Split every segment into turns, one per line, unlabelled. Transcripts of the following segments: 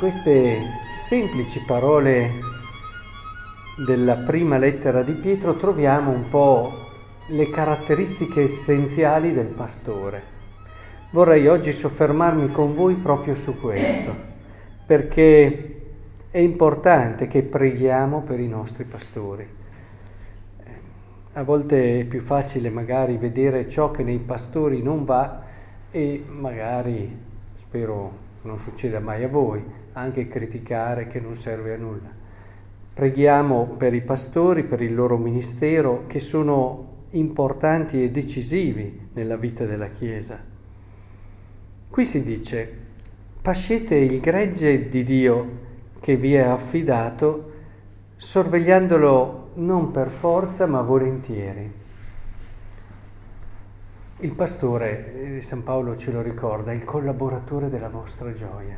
queste semplici parole della prima lettera di Pietro troviamo un po' le caratteristiche essenziali del pastore. Vorrei oggi soffermarmi con voi proprio su questo, perché è importante che preghiamo per i nostri pastori. A volte è più facile magari vedere ciò che nei pastori non va e magari, spero non succeda mai a voi, anche criticare che non serve a nulla. Preghiamo per i pastori, per il loro ministero, che sono importanti e decisivi nella vita della Chiesa. Qui si dice: pascete il gregge di Dio che vi è affidato, sorvegliandolo non per forza ma volentieri. Il pastore, San Paolo ce lo ricorda, è il collaboratore della vostra gioia.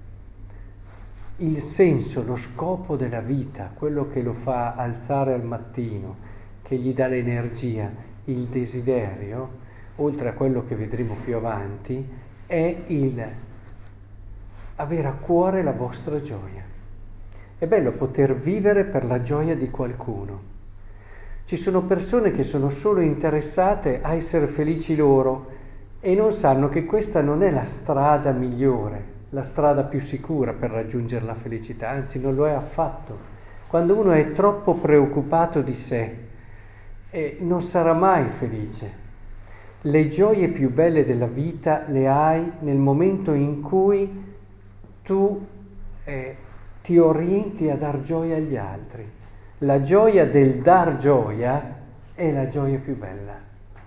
Il senso, lo scopo della vita, quello che lo fa alzare al mattino, che gli dà l'energia, il desiderio, oltre a quello che vedremo più avanti, è il avere a cuore la vostra gioia. È bello poter vivere per la gioia di qualcuno. Ci sono persone che sono solo interessate a essere felici loro e non sanno che questa non è la strada migliore, la strada più sicura per raggiungere la felicità, anzi non lo è affatto. Quando uno è troppo preoccupato di sé, non sarà mai felice. Le gioie più belle della vita le hai nel momento in cui tu ti orienti a dar gioia agli altri. La gioia del dar gioia è la gioia più bella.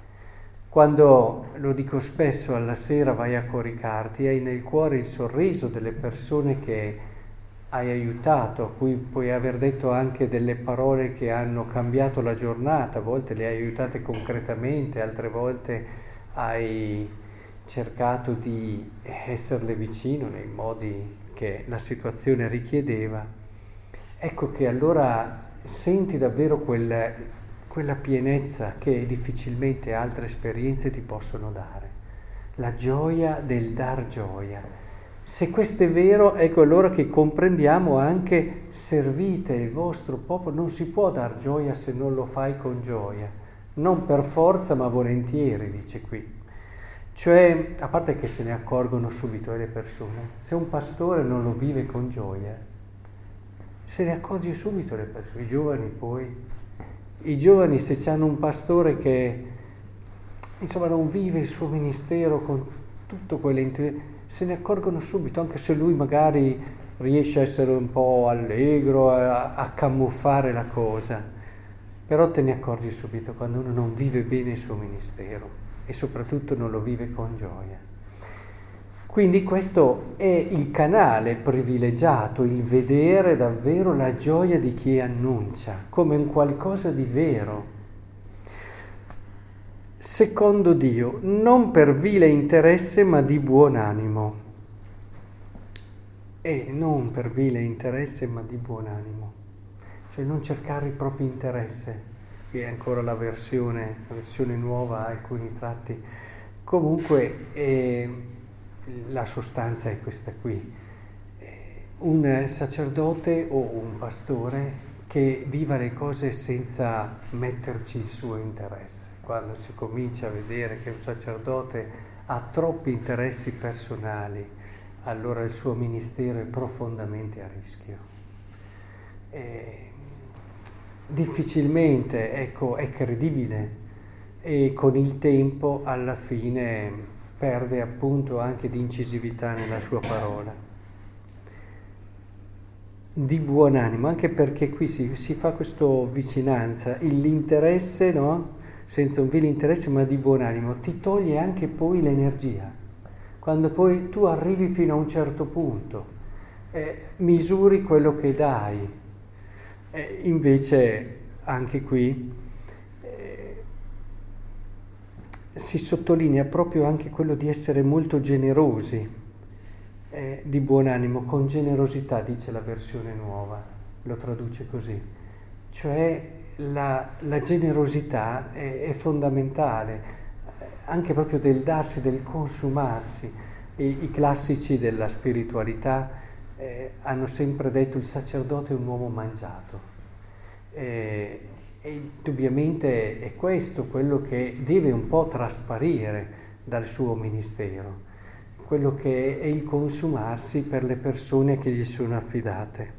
Quando, lo dico spesso, alla sera vai a coricarti, hai nel cuore il sorriso delle persone che hai aiutato, a cui puoi aver detto anche delle parole che hanno cambiato la giornata, a volte le hai aiutate concretamente, altre volte hai cercato di esserle vicino nei modi che la situazione richiedeva. Ecco che allora senti davvero quella pienezza che difficilmente altre esperienze ti possono dare, la gioia del dar gioia. Se questo è vero, ecco allora che comprendiamo anche: servite il vostro popolo, non si può dar gioia se non lo fai con gioia, non per forza ma volentieri, dice qui. Cioè, a parte che se ne accorgono subito le persone, se un pastore non lo vive con gioia, se ne accorge subito le persone, i giovani poi. I giovani, se hanno un pastore che insomma non vive il suo ministero con tutto se ne accorgono subito, anche se lui magari riesce a essere un po' allegro, a camuffare la cosa, però te ne accorgi subito quando uno non vive bene il suo ministero e soprattutto non lo vive con gioia. Quindi questo è il canale privilegiato, il vedere davvero la gioia di chi annuncia, come un qualcosa di vero. Secondo Dio, non per vile interesse ma di buon animo. E non per vile interesse ma di buon animo. Cioè non cercare il proprio interesse, che è ancora la versione nuova, alcuni tratti. Comunque la sostanza è questa qui. Un sacerdote o un pastore che viva le cose senza metterci il suo interesse. Quando si comincia a vedere che un sacerdote ha troppi interessi personali, allora il suo ministero è profondamente a rischio. Difficilmente, ecco, è credibile e con il tempo alla fine perde appunto anche di incisività nella sua parola. Di buon animo, anche perché qui si fa questa vicinanza, l'interesse, no? Senza un vile interesse ma di buon animo, ti toglie anche poi l'energia. Quando poi tu arrivi fino a un certo punto, misuri quello che dai. Invece anche qui si sottolinea proprio anche quello di essere molto generosi, di buon animo, con generosità, dice la versione nuova, lo traduce così. Cioè la generosità è fondamentale, anche proprio del darsi, del consumarsi. I classici della spiritualità hanno sempre detto il sacerdote è un uomo mangiato. E indubbiamente è questo quello che deve un po' trasparire dal suo ministero, quello che è il consumarsi per le persone che gli sono affidate.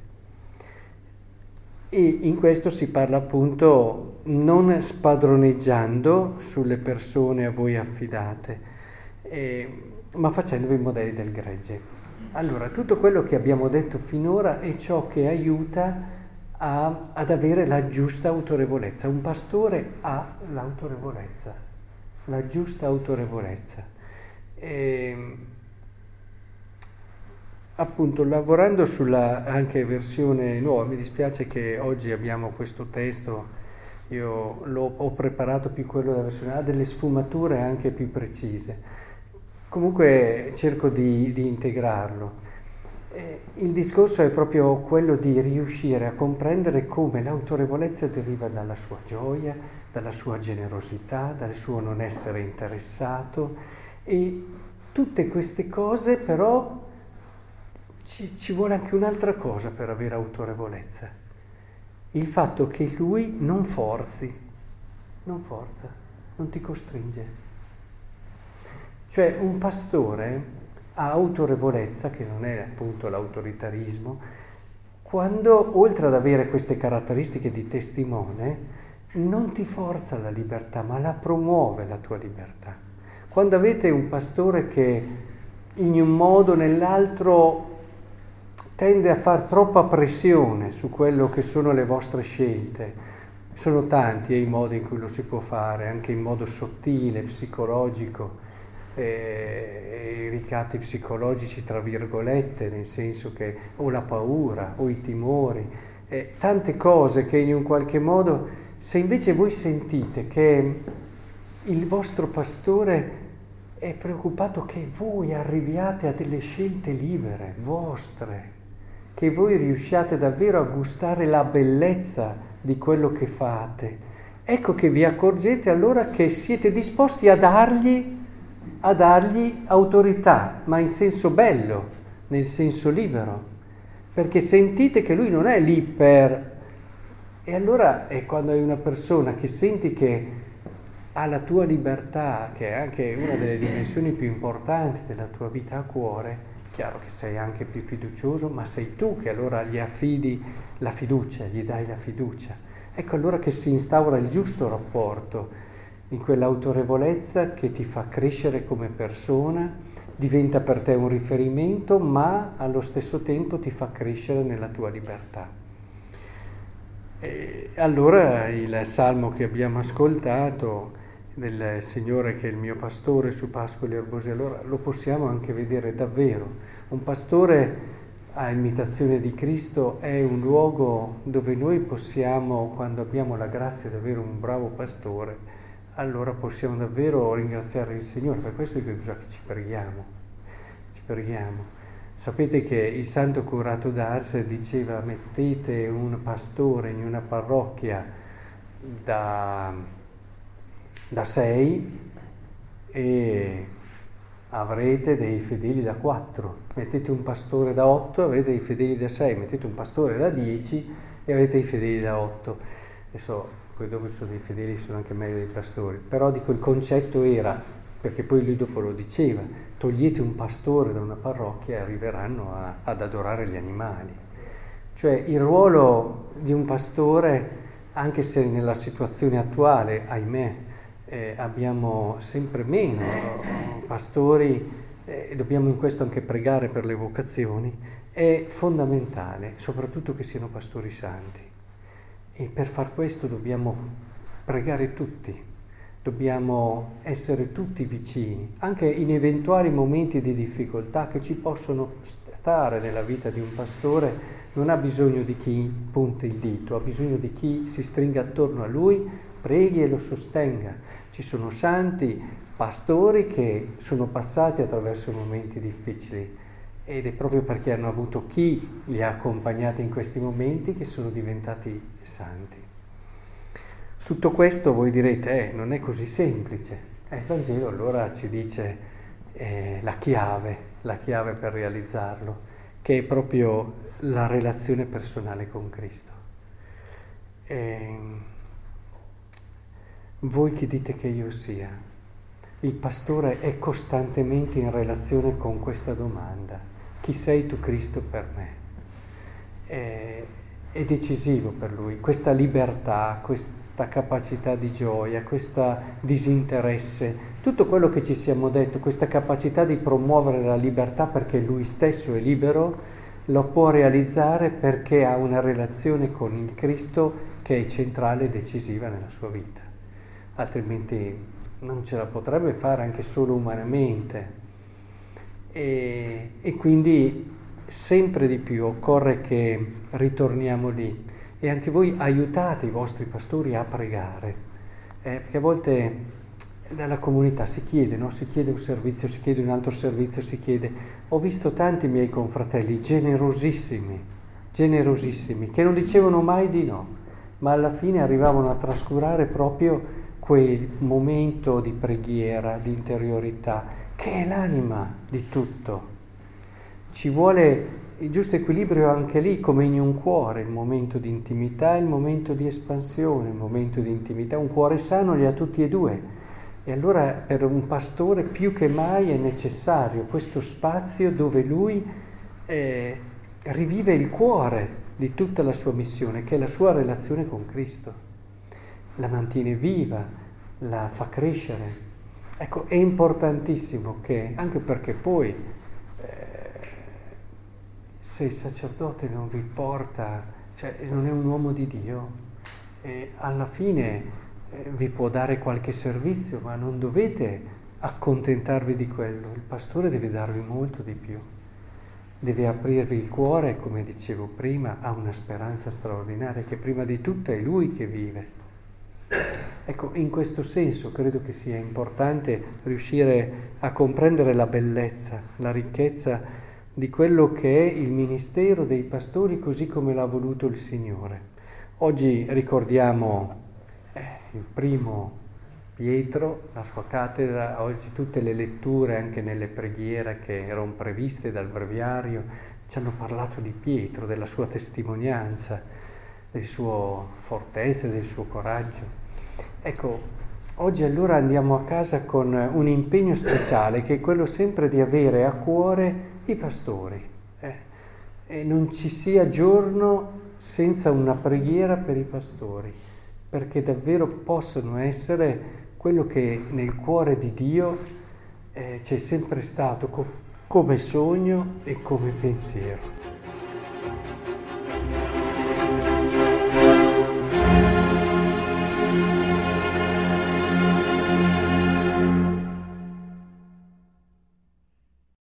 E in questo si parla appunto non spadroneggiando sulle persone a voi affidate, ma facendovi modelli del gregge. Allora, tutto quello che abbiamo detto finora è ciò che aiuta ad avere la giusta autorevolezza. Un pastore ha l'autorevolezza, la giusta autorevolezza. Appunto, lavorando sulla anche versione nuova, mi dispiace che oggi abbiamo questo testo, io ho preparato più quello della versione, ha delle sfumature anche più precise. Comunque cerco di integrarlo. Il discorso è proprio quello di riuscire a comprendere come l'autorevolezza deriva dalla sua gioia, dalla sua generosità, dal suo non essere interessato, e tutte queste cose però ci vuole anche un'altra cosa per avere autorevolezza, il fatto che lui non forza, non ti costringe. Cioè un pastore ha autorevolezza, che non è appunto l'autoritarismo, quando oltre ad avere queste caratteristiche di testimone, non ti forza la libertà, ma la promuove la tua libertà. Quando avete un pastore che in un modo o nell'altro tende a far troppa pressione su quello che sono le vostre scelte, sono tanti i modi in cui lo si può fare, anche in modo sottile, psicologico, i ricatti psicologici tra virgolette, nel senso che o la paura o i timori, tante cose che in un qualche modo, se invece voi sentite che il vostro pastore è preoccupato che voi arriviate a delle scelte libere, vostre, che voi riusciate davvero a gustare la bellezza di quello che fate, ecco che vi accorgete allora che siete disposti a dargli autorità, ma in senso bello, nel senso libero, perché sentite che lui non è lì per... E allora è quando hai una persona che senti che ha la tua libertà, che è anche una delle dimensioni più importanti della tua vita a cuore, chiaro che sei anche più fiducioso, ma sei tu che allora gli affidi la fiducia, gli dai la fiducia. Ecco allora che si instaura il giusto rapporto, in quell'autorevolezza che ti fa crescere come persona, diventa per te un riferimento, ma allo stesso tempo ti fa crescere nella tua libertà. E allora il salmo che abbiamo ascoltato del Signore che è il mio pastore su pascoli erbosi, allora lo possiamo anche vedere davvero. Un pastore a imitazione di Cristo è un luogo dove noi possiamo, quando abbiamo la grazia di avere un bravo pastore, allora possiamo davvero ringraziare il Signore. Per questo è che bisogna che ci preghiamo. Sapete che il santo curato d'Ars diceva: mettete un pastore in una parrocchia da 6 e avrete dei fedeli da 4. Mettete un pastore da 8, avrete dei fedeli da 6. Mettete un pastore da 10 e avete i fedeli da 8. Adesso poi dopo sono dei fedeli, sono anche meglio dei pastori, però dico il concetto era, perché poi lui dopo lo diceva, togliete un pastore da una parrocchia e arriveranno ad adorare gli animali. Cioè il ruolo di un pastore, anche se nella situazione attuale, ahimè, abbiamo sempre meno pastori, dobbiamo in questo anche pregare per le vocazioni, è fondamentale, soprattutto che siano pastori santi. E per far questo dobbiamo pregare tutti, dobbiamo essere tutti vicini, anche in eventuali momenti di difficoltà che ci possono stare nella vita di un pastore. Non ha bisogno di chi punti il dito, ha bisogno di chi si stringa attorno a lui, preghi e lo sostenga. Ci sono santi pastori che sono passati attraverso momenti difficili, ed è proprio perché hanno avuto chi li ha accompagnati in questi momenti che sono diventati santi. Tutto questo voi direte, non è così semplice. Il Vangelo allora ci dice la chiave per realizzarlo, che è proprio la relazione personale con Cristo. Voi chi dite che io sia? Il pastore è costantemente in relazione con questa domanda: chi sei tu, Cristo, per me? È decisivo per lui questa libertà, questa capacità di gioia, questo disinteresse, tutto quello che ci siamo detto, questa capacità di promuovere la libertà perché lui stesso è libero, lo può realizzare perché ha una relazione con il Cristo che è centrale e decisiva nella sua vita. Altrimenti non ce la potrebbe fare anche solo umanamente. E quindi sempre di più occorre che ritorniamo lì. E anche voi aiutate i vostri pastori a pregare, perché a volte nella comunità si chiede, no? Si chiede un servizio, si chiede un altro servizio, si chiede. Ho visto tanti miei confratelli generosissimi, che non dicevano mai di no, ma alla fine arrivavano a trascurare proprio quel momento di preghiera, di interiorità, che è l'anima di tutto. Ci vuole il giusto equilibrio anche lì, come in un cuore, il momento di intimità e il momento di espansione, il momento di intimità. Un cuore sano li ha tutti e due. E allora per un pastore più che mai è necessario questo spazio dove lui rivive il cuore di tutta la sua missione, che è la sua relazione con Cristo. La mantiene viva, la fa crescere. Ecco, è importantissimo che, anche perché poi se il sacerdote non vi porta, cioè non è un uomo di Dio, alla fine vi può dare qualche servizio, ma non dovete accontentarvi di quello. Il pastore deve darvi molto di più. Deve aprirvi il cuore, come dicevo prima, a una speranza straordinaria, che prima di tutto è Lui che vive. Ecco, in questo senso credo che sia importante riuscire a comprendere la bellezza, la ricchezza di quello che è il ministero dei pastori così come l'ha voluto il Signore. Oggi ricordiamo il primo Pietro, la sua cattedra, oggi tutte le letture anche nelle preghiere che erano previste dal breviario ci hanno parlato di Pietro, della sua testimonianza, del suo fortezza, del suo coraggio. Ecco, oggi allora andiamo a casa con un impegno speciale che è quello sempre di avere a cuore i pastori. E non ci sia giorno senza una preghiera per i pastori, perché davvero possono essere quello che nel cuore di Dio c'è sempre stato come sogno e come pensiero.